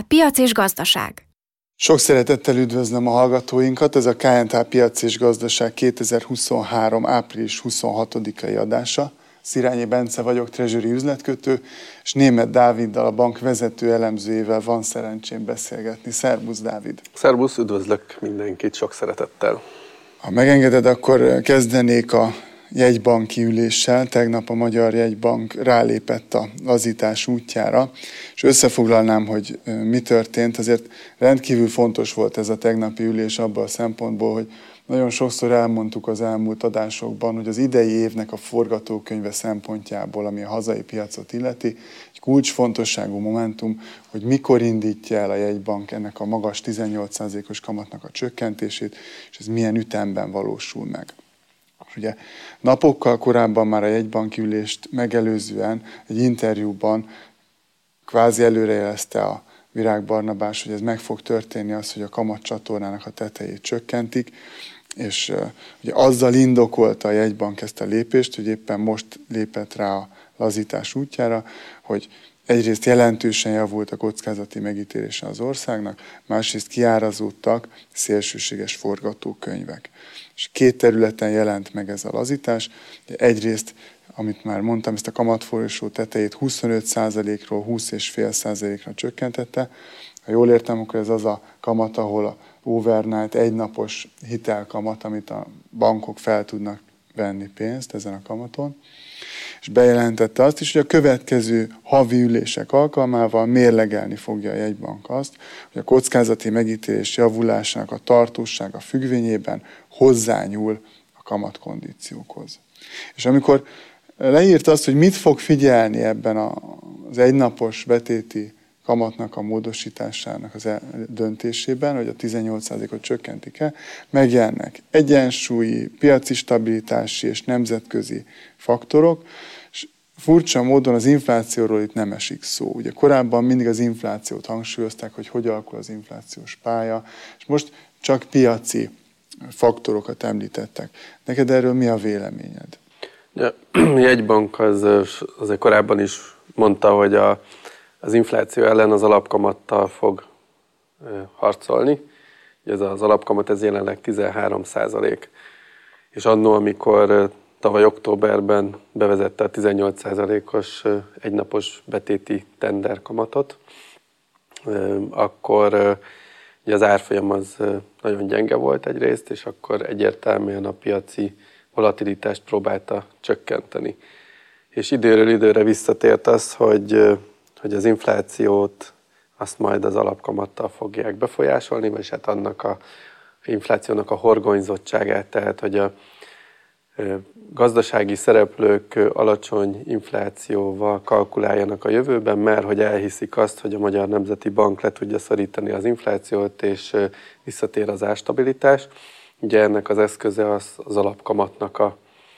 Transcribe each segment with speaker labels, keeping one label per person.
Speaker 1: Piac és gazdaság.
Speaker 2: Sok szeretettel üdvözlöm a hallgatóinkat, ez a KNTH Piac és Gazdaság 2023. április 26-ai adása. Szirányi Bence vagyok, treasury üzletkötő, és Németh Dáviddal, a bank vezető elemzőjével van szerencsém beszélgetni. Szerbusz, Dávid!
Speaker 3: Szerbusz, üdvözlök mindenkit sok szeretettel!
Speaker 2: Ha megengeded, akkor kezdenék a jegybanki üléssel. Tegnap a Magyar Jegybank rálépett a lazítás útjára, és összefoglalnám, hogy mi történt. Azért rendkívül fontos volt ez a tegnapi ülés abban a szempontból, hogy nagyon sokszor elmondtuk az elmúlt adásokban, hogy az idei évnek a forgatókönyve szempontjából, ami a hazai piacot illeti, egy kulcsfontosságú momentum, hogy mikor indítja el a jegybank ennek a magas 18%-os kamatnak a csökkentését, és ez milyen ütemben valósul meg. Ugye napokkal korábban már a jegybanki ülést megelőzően egy interjúban kvázi előrejelezte a Virág Barnabás, hogy ez meg fog történni az, hogy a kamatcsatornának a tetejét csökkentik, és ugye azzal indokolta a jegybank ezt a lépést, hogy éppen most lépett rá a lazítás útjára, hogy egyrészt jelentősen javult a kockázati megítélése az országnak, másrészt kiárazódtak szélsőséges forgatókönyvek. És két területen jelent meg ez a lazítás. Egyrészt, amit már mondtam, ezt a kamatfolyosó tetejét 25%-ról 20,5%-ra csökkentette. Ha jól értem, akkor ez az a kamat, ahol a overnight egynapos hitelkamat, amit a bankok fel tudnak venni pénzt ezen a kamaton. És bejelentette azt is, hogy a következő havi ülések alkalmával mérlegelni fogja a jegybank azt, hogy a kockázati megítélés javulásának a tartósága függvényében hozzányúl a kamatkondíciókhoz. És amikor leírt azt, hogy mit fog figyelni ebben az egynapos betéti kamatnak a módosításának az döntésében, hogy a 18%-ot csökkentik-e, megjelennek egyensúlyi, piaci stabilitási és nemzetközi faktorok, és furcsa módon az inflációról itt nem esik szó. Ugye korábban mindig az inflációt hangsúlyozták, hogy alakul az inflációs pálya, és most csak piaci faktorokat említettek. Neked erről mi a véleményed?
Speaker 3: A jegybank azért korábban is mondta, hogy az infláció ellen az alapkamattal fog harcolni. Ez az alapkamat ez jelenleg 13%. És annó, amikor tavaly októberben bevezette a 18%-os egynapos betéti tenderkamatot, akkor ugye az árfolyam az nagyon gyenge volt egyrészt, és akkor egyértelműen a piaci volatilitást próbálta csökkenteni. És időről időre visszatért az, hogy az inflációt azt majd az alapkamattal fogják befolyásolni, vagyis hát annak a inflációnak a horgonyzottságát, tehát hogy a gazdasági szereplők alacsony inflációval kalkuláljanak a jövőben, mert hogy elhiszik azt, hogy a Magyar Nemzeti Bank le tudja szorítani az inflációt, és visszatér az árstabilitás. Ugye ennek az eszköze az alapkamatnak a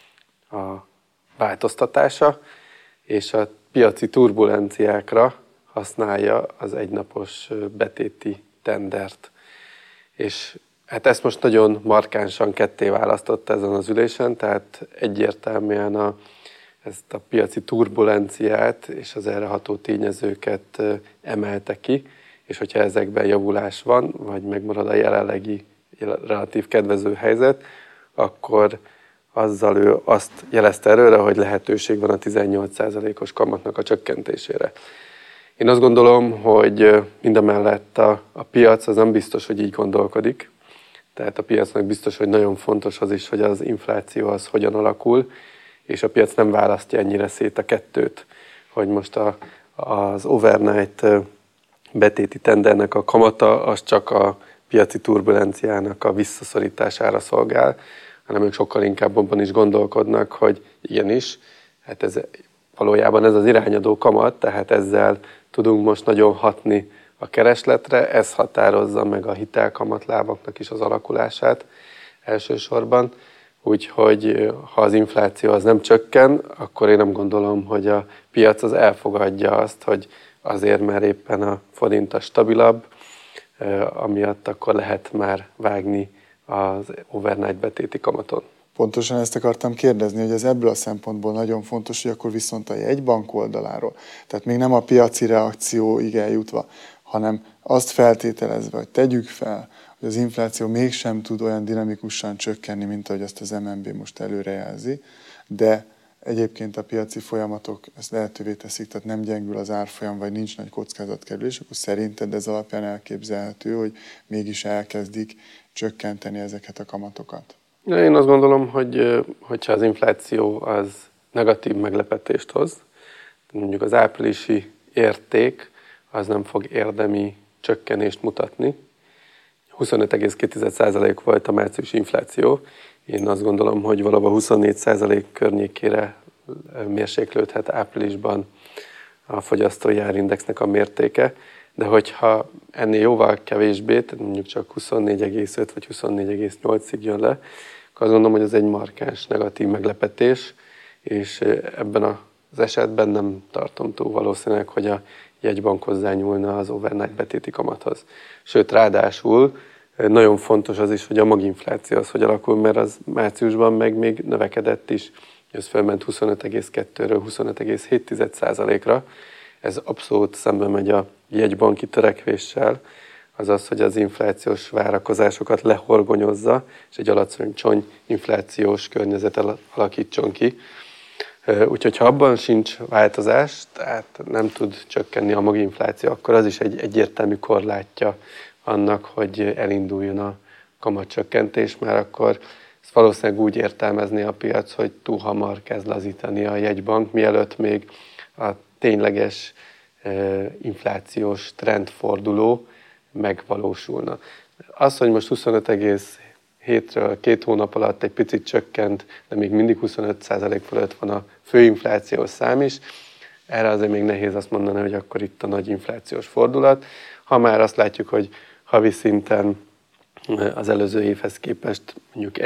Speaker 3: változtatása, és a piaci turbulenciákra használja az egynapos betéti tendert. És hát ezt most nagyon markánsan ketté választotta ezen az ülésen, tehát egyértelműen ezt a piaci turbulenciát és az erre ható tényezőket emelte ki, és hogyha ezekben javulás van, vagy megmarad a jelenlegi relatív kedvező helyzet, akkor azzal ő azt jelezte előre, hogy lehetőség van a 18%-os kamatnak a csökkentésére. Én azt gondolom, hogy mindamellett a piac az nem biztos, hogy így gondolkodik. Tehát a piacnak biztos, hogy nagyon fontos az is, hogy az infláció az hogyan alakul, és a piac nem választja ennyire szét a kettőt, hogy most az overnight betéti tendernek a kamata az csak a piaci turbulenciának a visszaszorítására szolgál, hanem ők sokkal inkább abban is gondolkodnak, hogy igenis, hát valójában ez az irányadó kamat, tehát ezzel tudunk most nagyon hatni a keresletre, ez határozza meg a hitelkamatlábaknak is az alakulását elsősorban. Úgyhogy ha az infláció az nem csökken, akkor én nem gondolom, hogy a piac az elfogadja azt, hogy azért, mert éppen a forint a stabilabb, amiatt akkor lehet már vágni az overnight betéti kamaton.
Speaker 2: Pontosan ezt akartam kérdezni, hogy ez ebből a szempontból nagyon fontos, hogy akkor viszont a jegybank oldaláról, tehát még nem a piaci reakcióig eljutva, hanem azt feltételezve, hogy tegyük fel, hogy az infláció mégsem tud olyan dinamikusan csökkenni, mint ahogy azt az MNB most előrejelzi, de egyébként a piaci folyamatok ezt lehetővé teszik, tehát nem gyengül az árfolyam, vagy nincs nagy kockázatkerülés, akkor szerinted ez alapján elképzelhető, hogy mégis elkezdik csökkenteni ezeket a kamatokat?
Speaker 3: Én azt gondolom, hogyha az infláció az negatív meglepetést hoz, mondjuk az áprilisi érték az nem fog érdemi csökkenést mutatni. 25,2% volt a márciusi infláció. Én azt gondolom, hogy valahol 24% környékére mérséklődhet áprilisban a fogyasztói árindexnek a mértéke, de hogyha ennél jóval kevésbé, tehát mondjuk csak 24,5 vagy 24,8-ig jön le, akkor azt gondolom, hogy ez egy markáns negatív meglepetés, és ebben az esetben nem tartom túl valószínűleg, hogy a jegybank hozzányúlna az overnight betéti kamathoz. Sőt, ráadásul nagyon fontos az is, hogy a maginfláció az hogy alakul, mert az márciusban meg még növekedett is. Ez felment 25,2-ről 25,7%-ra. Ez abszolút szembe megy a jegybanki törekvéssel, azaz, hogy az inflációs várakozásokat lehorgonyozza, és egy alacsony inflációs környezet alakítson ki. Úgyhogy ha abban sincs változás, tehát nem tud csökkenni a maginfláció, akkor az is egy egyértelmű korlátja annak, hogy elinduljon a kamatcsökkentés, mert akkor ezt valószínűleg úgy értelmezni a piac, hogy túl hamar kezd lazítani a jegybank, mielőtt még a tényleges inflációs trendforduló megvalósulna. Az, hogy most 25,7-ről 2 hónap alatt egy picit csökkent, de még mindig 25% fölött van a főinflációs szám is, erre azért még nehéz azt mondani, hogy akkor itt a nagy inflációs fordulat. Ha már azt látjuk, hogy havi szinten az előző évhez képest mondjuk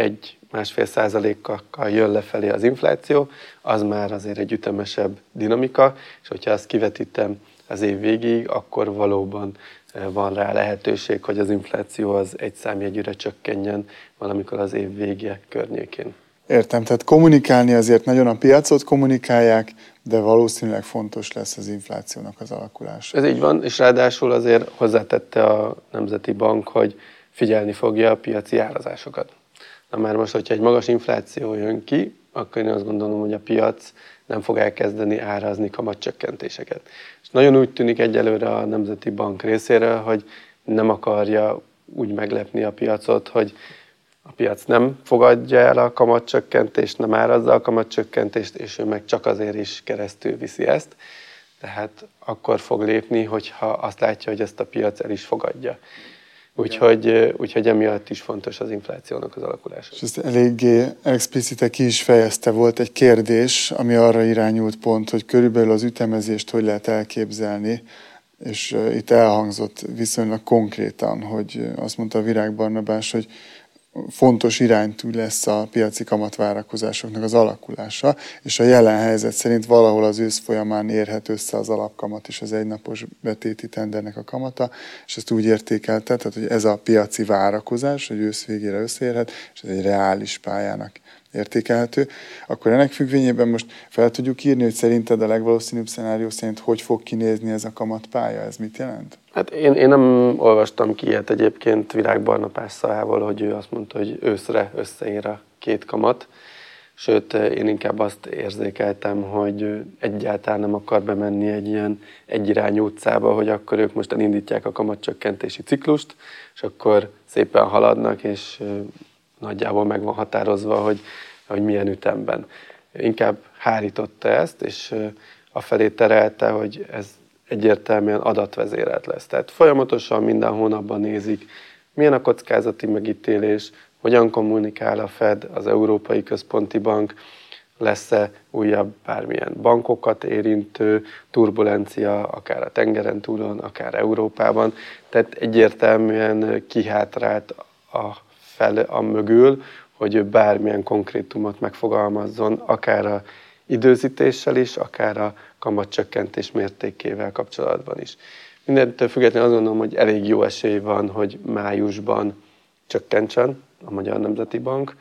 Speaker 3: 1-1,5%-kal jön lefelé az infláció, az már azért egy ütemesebb dinamika, és hogyha azt kivetítem az év végéig, akkor valóban van rá lehetőség, hogy az infláció az egy számjegyűre csökkenjen valamikor az év vége környékén.
Speaker 2: Értem, tehát kommunikálni azért nagyon a piacot kommunikálják, de valószínűleg fontos lesz az inflációnak az alakulása.
Speaker 3: Ez így van, és ráadásul azért hozzátette a Nemzeti Bank, hogy figyelni fogja a piaci árazásokat. Na már most, hogyha egy magas infláció jön ki, akkor én azt gondolom, hogy a piac nem fog elkezdeni árazni kamatcsökkentéseket. És nagyon úgy tűnik egyelőre a Nemzeti Bank részéről, hogy nem akarja úgy meglepni a piacot, hogy a piac nem fogadja el a kamatcsökkentést, nem árazza a kamatcsökkentést, és ő meg csak azért is keresztül viszi ezt. Tehát akkor fog lépni, hogyha azt látja, hogy ezt a piac el is fogadja. Úgyhogy emiatt is fontos az inflációnak az alakulása.
Speaker 2: És ezt eléggé explicite ki is fejezte, volt egy kérdés, ami arra irányult pont, hogy körülbelül az ütemezést hogy lehet elképzelni, és itt elhangzott viszonylag konkrétan, hogy azt mondta a Virág Barnabás, hogy fontos iránytű lesz a piaci kamatvárakozásoknak az alakulása, és a jelen helyzet szerint valahol az ősz folyamán érhet össze az alapkamat és az egynapos betéti tendernek a kamata, és ezt úgy értékelte, tehát hogy ez a piaci várakozás, hogy ősz végére összeérhet, és ez egy reális pályának értékelhető, akkor ennek függvényében most fel tudjuk írni, hogy szerinted a legvalószínűbb szenárió szerint hogy fog kinézni ez a kamatpálya? Ez mit jelent?
Speaker 3: Hát én nem olvastam ki ilyet egyébként Virág Barnabás szavából, hogy ő azt mondta, hogy őszre összeér a 2 kamat. Sőt, én inkább azt érzékeltem, hogy egyáltalán nem akar bemenni egy ilyen egyirányú utcába, hogy akkor ők most elindítják a kamatcsökkentési ciklust, és akkor szépen haladnak, és nagyjából meg van határozva, hogy milyen ütemben. Inkább hárította ezt, és afelé terelte, hogy ez egyértelműen adatvezérelt lesz. Tehát folyamatosan minden hónapban nézik, milyen a kockázati megítélés, hogyan kommunikál a Fed, az Európai Központi Bank, lesz-e újabb bármilyen bankokat érintő turbulencia, akár a tengeren túlon, akár Európában. Tehát egyértelműen kihátrált a mögül, hogy ő bármilyen konkrétumot megfogalmazzon, akár a időzítéssel is, akár a kamatcsökkentés mértékével kapcsolatban is. Mindentől függetlenül azt gondolom, hogy elég jó esély van, hogy májusban csökkentsen a Magyar Nemzeti Bank.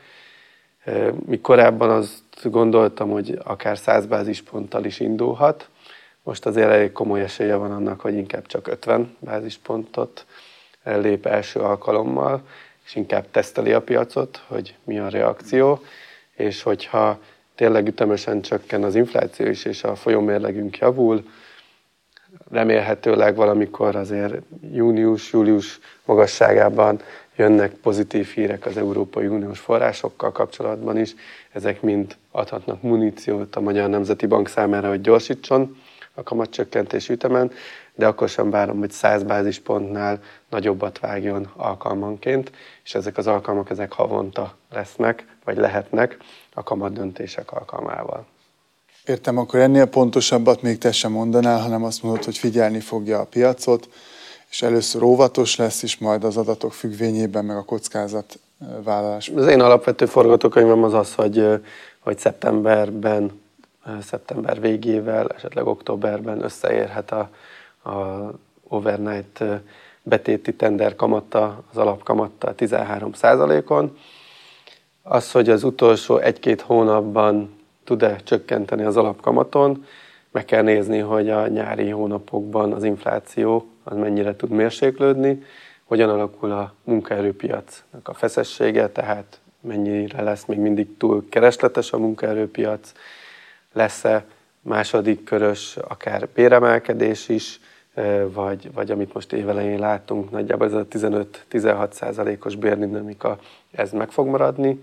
Speaker 3: Míg korábban azt gondoltam, hogy akár 100 bázisponttal is indulhat. Most azért elég komoly esélye van annak, hogy inkább csak 50 bázispontot lép első alkalommal, és inkább teszteli a piacot, hogy mi a reakció, és hogyha tényleg ütemesen csökken az infláció is, és a folyómérlegünk javul, remélhetőleg valamikor azért június-július magasságában jönnek pozitív hírek az Európai Uniós forrásokkal kapcsolatban is. Ezek mind adhatnak muníciót a Magyar Nemzeti Bank számára, hogy gyorsítson a kamatcsökkentés ütemen, de akkor sem várom, hogy 100 bázispontnál nagyobbat vágjon alkalmanként, és ezek az alkalmak ezek havonta lesznek, vagy lehetnek a kamat döntések alkalmával.
Speaker 2: Értem, akkor ennél pontosabbat még te sem mondanál, hanem azt mondod, hogy figyelni fogja a piacot, és először óvatos lesz, és majd az adatok függvényében, meg a kockázatvállalás.
Speaker 3: Az én alapvető forgatókönyvem az az, hogy szeptember végével, esetleg októberben összeérhet a overnight betéti tender kamatta, az alapkamatta 13%-on. Az, hogy az utolsó 1-2 hónapban tud-e csökkenteni az alapkamaton, meg kell nézni, hogy a nyári hónapokban az infláció az mennyire tud mérséklődni, hogyan alakul a munkaerőpiacnak a feszessége, tehát mennyire lesz még mindig túl keresletes a munkaerőpiac, lesz-e második körös akár béremelkedés is, vagy amit most évelején látunk, nagyjából ez a 15-16%-os bérdinamika, ez meg fog maradni,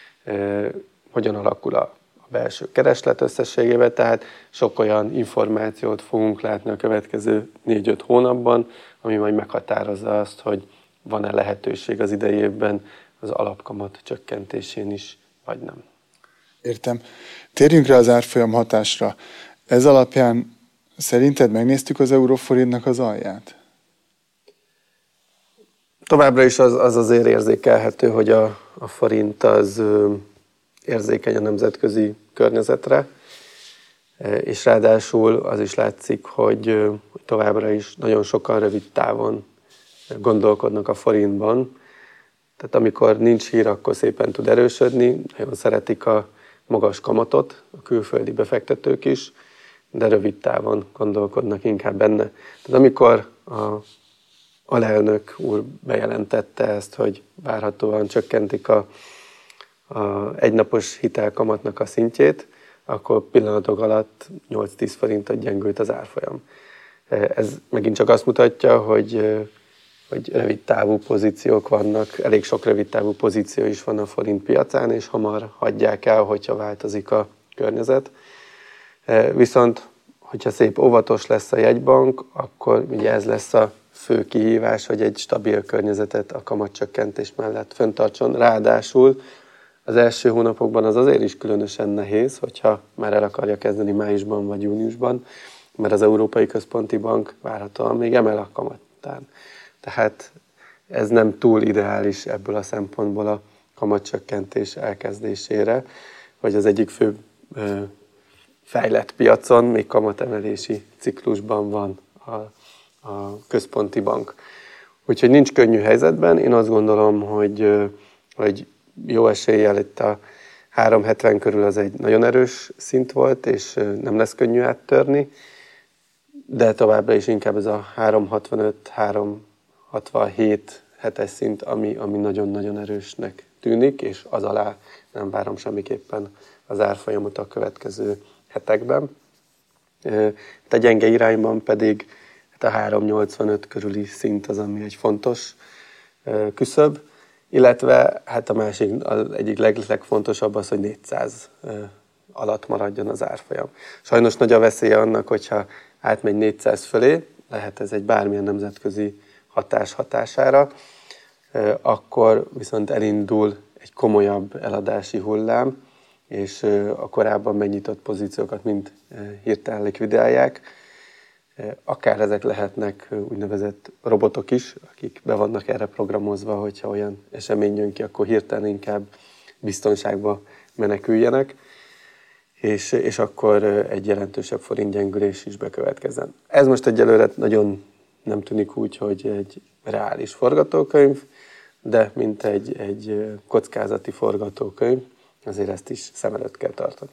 Speaker 3: hogyan alakul a belső kereslet összességében, tehát sok olyan információt fogunk látni a következő 4-5 hónapban, ami majd meghatározza azt, hogy van-e lehetőség az idei évben az alapkamat csökkentésén is, vagy nem.
Speaker 2: Értem. Térjünk rá az árfolyam hatásra. Ez alapján szerinted megnéztük az euróforintnak az alját?
Speaker 3: Továbbra is az azért érzékelhető, hogy a forint az érzékeny a nemzetközi környezetre, és ráadásul az is látszik, hogy továbbra is nagyon sokan rövid távon gondolkodnak a forintban. Tehát amikor nincs hír, akkor szépen tud erősödni, nagyon szeretik a magas kamatot, a külföldi befektetők is, de rövid távon gondolkodnak inkább benne. Tehát amikor a alelnök úr bejelentette ezt, hogy várhatóan csökkentik a egynapos hitelkamatnak a szintjét, akkor pillanatok alatt 8-10 forintot gyengült az árfolyam. Ez megint csak azt mutatja, hogy rövid távú pozíciók vannak, elég sok rövid távú pozíció is van a forint piacán, és hamar hagyják el, hogyha változik a környezet. Viszont, hogyha szép óvatos lesz a jegybank, akkor ugye ez lesz a fő kihívás, hogy egy stabil környezetet a kamatcsökkentés mellett fenntartson. Ráadásul az első hónapokban az azért is különösen nehéz, hogyha már el akarja kezdeni májusban vagy júniusban, mert az Európai Központi Bank várhatóan még emel a kamattán. Tehát ez nem túl ideális ebből a szempontból a kamatcsökkentés elkezdésére, hogy az egyik fő fejlett piacon még kamatemelési ciklusban van a központi bank. Úgyhogy nincs könnyű helyzetben. Én azt gondolom, hogy jó eséllyel itt a 3,70 körül az egy nagyon erős szint volt, és nem lesz könnyű áttörni, de továbbra is inkább ez a 3,65-3,67 hetes szint, ami nagyon-nagyon erősnek tűnik, és az alá nem várom semmiképpen az árfolyamot a következő hetekben. A gyenge irányban pedig a 3,85 körüli szint az, ami egy fontos küszöb, illetve hát a másik, az egyik legfontosabb az, hogy 400 alatt maradjon az árfolyam. Sajnos nagy a veszélye annak, hogyha átmegy 400 fölé, lehet ez egy bármilyen nemzetközi hatás hatására, akkor viszont elindul egy komolyabb eladási hullám, és a korábban megnyitott pozíciókat mind hirtelen likvidálják. Akár ezek lehetnek úgynevezett robotok is, akik be vannak erre programozva, hogyha olyan esemény jön ki, akkor hirtelen inkább biztonságba meneküljenek, és akkor egy jelentősebb forintgyengülés is bekövetkezzen. Ez most egyelőre nagyon nem tűnik úgy, hogy egy reális forgatókönyv, de mint egy kockázati forgatókönyv, azért ezt is szem előtt kell tartani.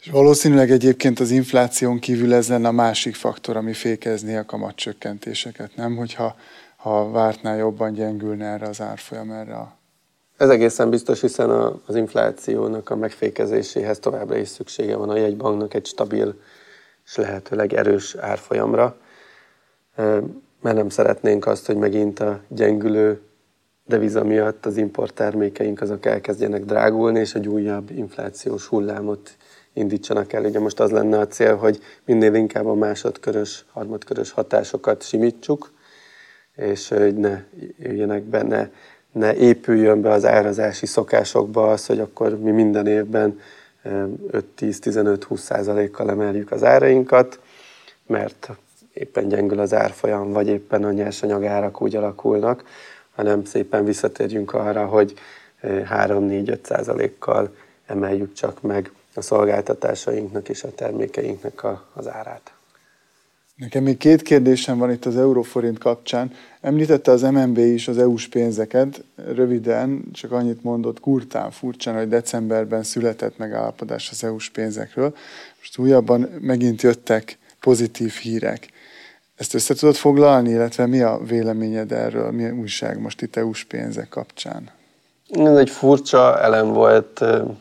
Speaker 2: És valószínűleg egyébként az infláción kívül ez lenne a másik faktor, ami fékezné a kamatcsökkentéseket, nem? Hogyha vártnál jobban gyengülne erre az árfolyam,
Speaker 3: Ez egészen biztos, hiszen az inflációnak a megfékezéséhez továbbra is szüksége van a jegybanknak egy stabil és lehetőleg erős árfolyamra, mert nem szeretnénk azt, hogy megint a gyengülő deviza miatt az importtermékeink azok elkezdjenek drágulni, és egy újabb inflációs hullámot indítsanak el. Ugye most az lenne a cél, hogy minél inkább a másodkörös, harmadkörös hatásokat simítsuk, és hogy ne jöjjenek benne, ne épüljön be az árazási szokásokba az, hogy akkor mi minden évben 5-10-15-20%-kal emeljük az árainkat, mert éppen gyengül az árfolyam, vagy éppen a nyersanyagárak úgy alakulnak, hanem szépen visszatérjünk arra, hogy 3-4-5%-kal emeljük csak meg a szolgáltatásainknak és a termékeinknek az árát.
Speaker 2: Nekem még 2 kérdésem van itt az euróforint kapcsán. Említette az MNB is az EU-s pénzeket. Röviden, csak annyit mondott, kurtán, furcsán, hogy decemberben született megállapodás az EU-s pénzekről. Most újabban megint jöttek pozitív hírek. Ezt össze tudod foglalni, illetve mi a véleményed erről? Mi újság most itt EU-s pénzek kapcsán?
Speaker 3: Ez egy furcsa elem volt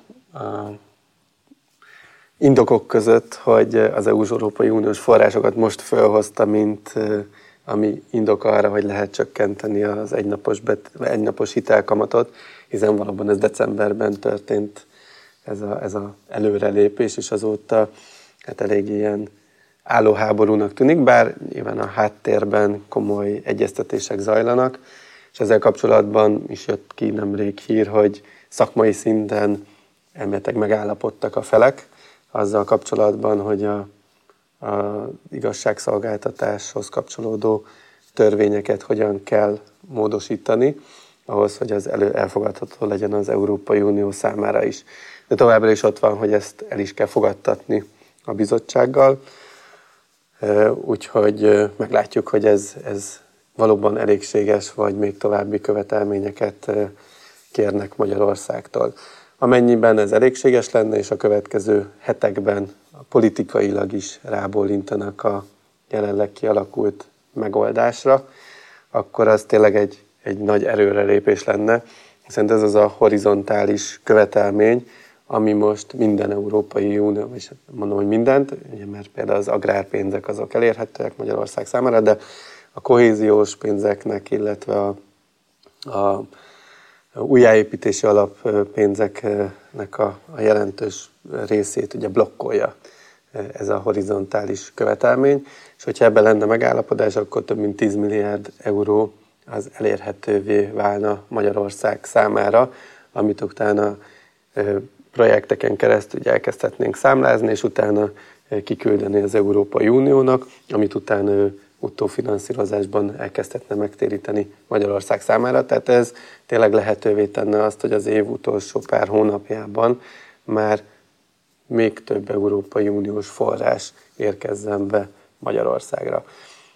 Speaker 3: indokok között, hogy az EU-s Európai Uniós forrásokat most felhozta, mint ami indok arra, hogy lehet csökkenteni az egynapos hitelkamatot, hiszen valóban ez decemberben történt ez a előrelépés, és azóta hát elég ilyen állóháborúnak tűnik, bár nyilván a háttérben komoly egyeztetések zajlanak, és ezzel kapcsolatban is jött ki nemrég hír, hogy szakmai szinten elméletileg megállapodtak a felek azzal kapcsolatban, hogy a igazságszolgáltatáshoz kapcsolódó törvényeket hogyan kell módosítani, ahhoz, hogy az elfogadható legyen az Európai Unió számára is. De továbbra is ott van, hogy ezt el is kell fogadtatni a bizottsággal, úgyhogy meglátjuk, hogy ez valóban elégséges, vagy még további követelményeket kérnek Magyarországtól. Amennyiben ez elégséges lenne, és a következő hetekben politikailag is rábólintanak a jelenleg kialakult megoldásra, akkor az tényleg egy nagy erőrelépés lenne, hiszen ez az a horizontális követelmény, ami most minden Európai Unió, és mondom, hogy mindent, ugye, mert például az agrárpénzek azok elérhetőek Magyarország számára, de a kohéziós pénzeknek, illetve a újjáépítési alappénzeknek a jelentős részét ugye blokkolja ez a horizontális követelmény, és hogyha ebben lenne megállapodás, akkor több mint 10 milliárd euró az elérhetővé válna Magyarország számára, amit utána projekteken keresztül ugye elkezdhetnénk számlázni, és utána kiküldeni az Európai Uniónak, amit utána ő utófinanszírozásban elkezdhetne megtéríteni Magyarország számára. Tehát ez tényleg lehetővé tenne azt, hogy az év utolsó pár hónapjában már még több Európai Uniós forrás érkezzen be Magyarországra.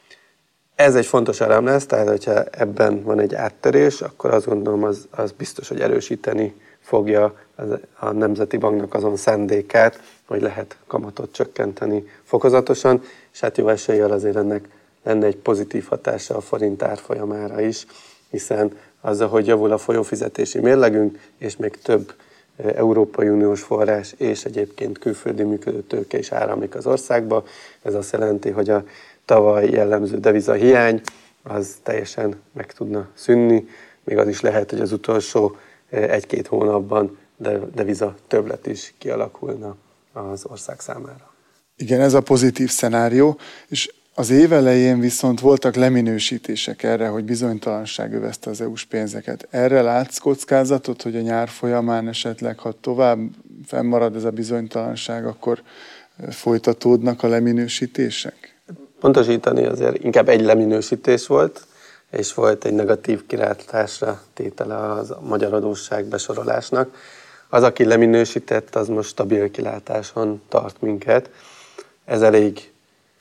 Speaker 3: Ez egy fontos elem lesz, tehát hogyha ebben van egy áttörés, akkor azt gondolom, az biztos, hogy erősíteni fogja a Nemzeti Banknak azon szándékát, hogy lehet kamatot csökkenteni fokozatosan, és hát jó eséllyel azért ennek lenne egy pozitív hatása a forint árfolyamára is, hiszen azzal, hogy javul a folyófizetési mérlegünk, és még több Európai Uniós forrás és egyébként külföldi működő tőke is áramlik az országba, ez azt jelenti, hogy a tavaly jellemző devizahiány az teljesen meg tudna szűnni, még az is lehet, hogy az utolsó 1-2 hónapban deviza többlet is kialakulna az ország számára.
Speaker 2: Igen, ez a pozitív szenárió, és az év elején viszont voltak leminősítések erre, hogy bizonytalanság övezte az EU-s pénzeket. Erre látsz kockázatot, hogy a nyár folyamán esetleg, ha tovább fennmarad ez a bizonytalanság, akkor folytatódnak a leminősítések?
Speaker 3: Pontosítani azért inkább egy leminősítés volt, és volt egy negatív kilátásra tétele a magyar adósság besorolásnak. Az, aki leminősített, az most stabil kilátáson tart minket. Ez elég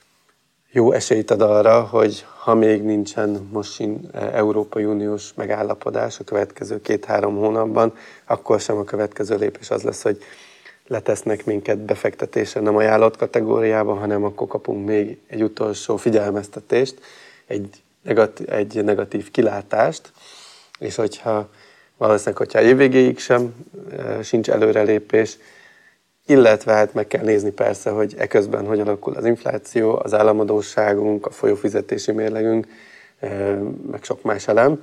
Speaker 3: jó esélyt ad arra, hogy ha még nincsen most Európai Uniós megállapodás a következő 2-3 hónapban, akkor sem a következő lépés az lesz, hogy letesznek minket befektetésre nem ajánlott kategóriába, hanem akkor kapunk még egy utolsó figyelmeztetést, egy negatív kilátást, és hogyha évvégéig sem sincs előrelépés, illetve hát meg kell nézni persze, hogy eközben hogy alakul az infláció, az államadósságunk, a folyófizetési mérlegünk, meg sok más elem.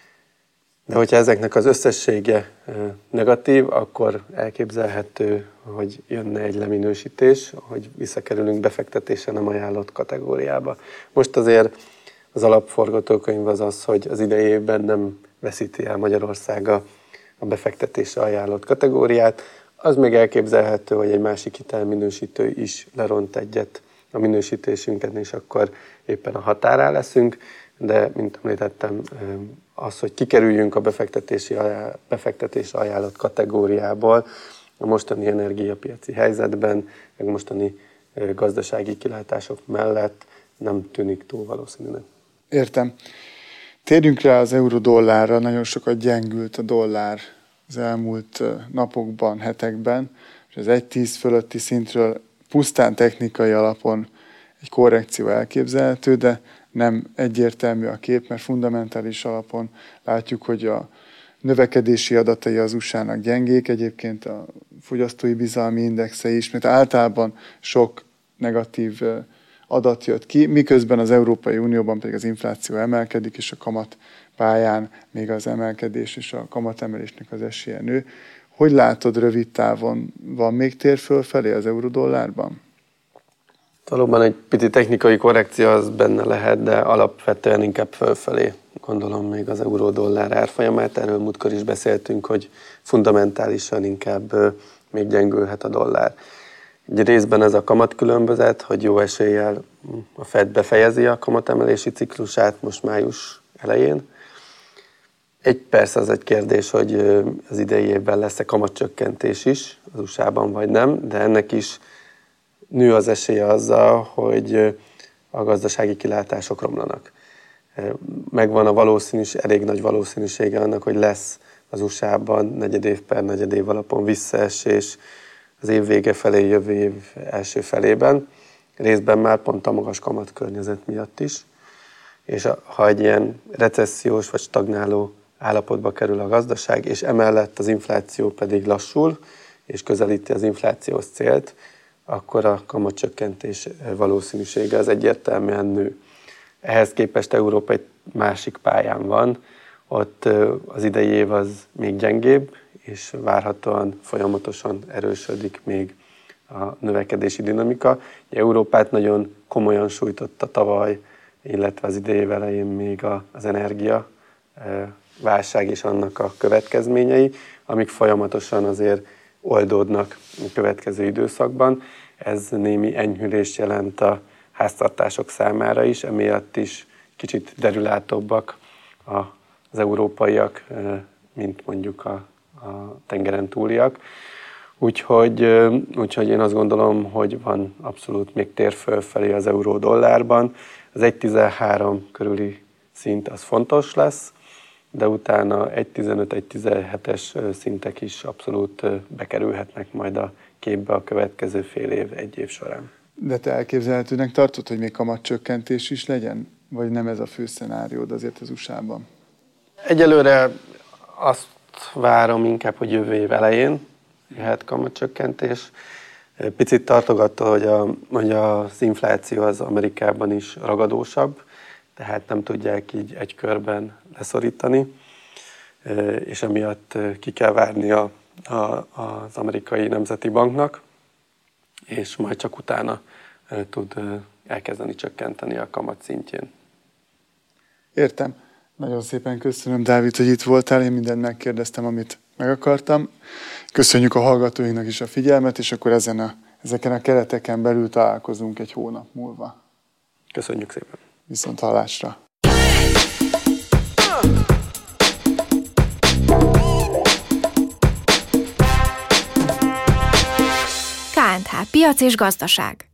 Speaker 3: De hogyha ezeknek az összessége negatív, akkor elképzelhető, hogy jönne egy leminősítés, hogy visszakerülünk befektetése nem ajánlott kategóriába. Most azért az alapforgatókönyv az, hogy az idei évben nem veszíti el Magyarország a befektetésre ajánlott kategóriát. Az még elképzelhető, hogy egy másik hitelminősítő is leront egyet a minősítésünket, és akkor éppen a határán leszünk, de mint említettem, az, hogy kikerüljünk a befektetési ajánlott kategóriából a mostani energiapiaci helyzetben, meg mostani gazdasági kilátások mellett nem tűnik túl valószínűnek.
Speaker 2: Értem. Térjünk rá az euró-dollárra, nagyon sokat gyengült a dollár az elmúlt napokban, hetekben, és az 1,10 fölötti szintről pusztán technikai alapon egy korrekció elképzelhető, de nem egyértelmű a kép, mert fundamentális alapon látjuk, hogy a növekedési adatai az USA-nak gyengék, egyébként a fogyasztói bizalmi indexe is, mert általában sok negatív adat jött ki, miközben az Európai Unióban pedig az infláció emelkedik, és a kamat pályán még az emelkedés és a kamatemelésnek az esélye nő. Hogy látod rövid távon, van még tér fölfelé az euró-dollárban?
Speaker 3: Valóban egy pici technikai korrekció az benne lehet, de alapvetően inkább fölfelé gondolom még az euró-dollár árfolyamát. Erről múltkor is beszéltünk, hogy fundamentálisan inkább még gyengülhet a dollár. Egy részben ez a kamatkülönbözet, hogy jó eséllyel a Fed befejezi a kamatemelési ciklusát most május elején. Persze az egy kérdés, hogy az idei évben lesz-e kamatcsökkentés is az USA-ban vagy nem, de ennek is nő az esélye azzal, hogy a gazdasági kilátások romlanak. Megvan elég nagy valószínűsége annak, hogy lesz az USA-ban negyedév per negyedév alapon visszaesés az év vége felé, jövő év első felében, részben már pont a magas kamatkörnyezet miatt is. És ha egy ilyen recessziós vagy stagnáló állapotba kerül a gazdaság, és emellett az infláció pedig lassul, és közelíti az inflációs célt, akkor a kamatcsökkentés valószínűsége az egyértelműen nő. Ehhez képest Európa egy másik pályán van, ott az idei év az még gyengébb, és várhatóan folyamatosan erősödik még a növekedési dinamika. Európát nagyon komolyan sújtotta tavaly, illetve az idei év elején még az energia válság és annak a következményei, amik folyamatosan azért oldódnak a következő időszakban. Ez némi enyhülést jelent a háztartások számára is, emiatt is kicsit derülátóbbak az európaiak, mint mondjuk a tengeren túliak. Úgyhogy én azt gondolom, hogy van abszolút még tér fölfelé az euró-dollárban. Az 1,13 körüli szint az fontos lesz, de utána 1,15-1,17-es szintek is abszolút bekerülhetnek majd a képbe a következő fél év, egy év során.
Speaker 2: De te elképzelhetőnek tartod, hogy még kamatcsökkentés is legyen? Vagy nem ez a fő szenáriód azért az USA-ban?
Speaker 3: Egyelőre azt várom inkább, hogy jövő év elején jöhet kamatcsökkentés. Picit tartogatta, hogy az infláció az Amerikában is ragadósabb, tehát nem tudják így egy körben leszorítani, és emiatt ki kell várni az amerikai nemzeti banknak, és majd csak utána tud elkezdeni csökkenteni a kamat szintjén.
Speaker 2: Értem. Nagyon szépen köszönöm, Dávid, hogy itt voltál. Én mindent megkérdeztem, amit meg akartam. Köszönjük a hallgatóinknak is a figyelmet, és akkor ezeken a kereteken belül találkozunk egy hónap múlva.
Speaker 3: Köszönjük szépen.
Speaker 2: Viszont hallásra.
Speaker 1: K&H Piac és gazdaság.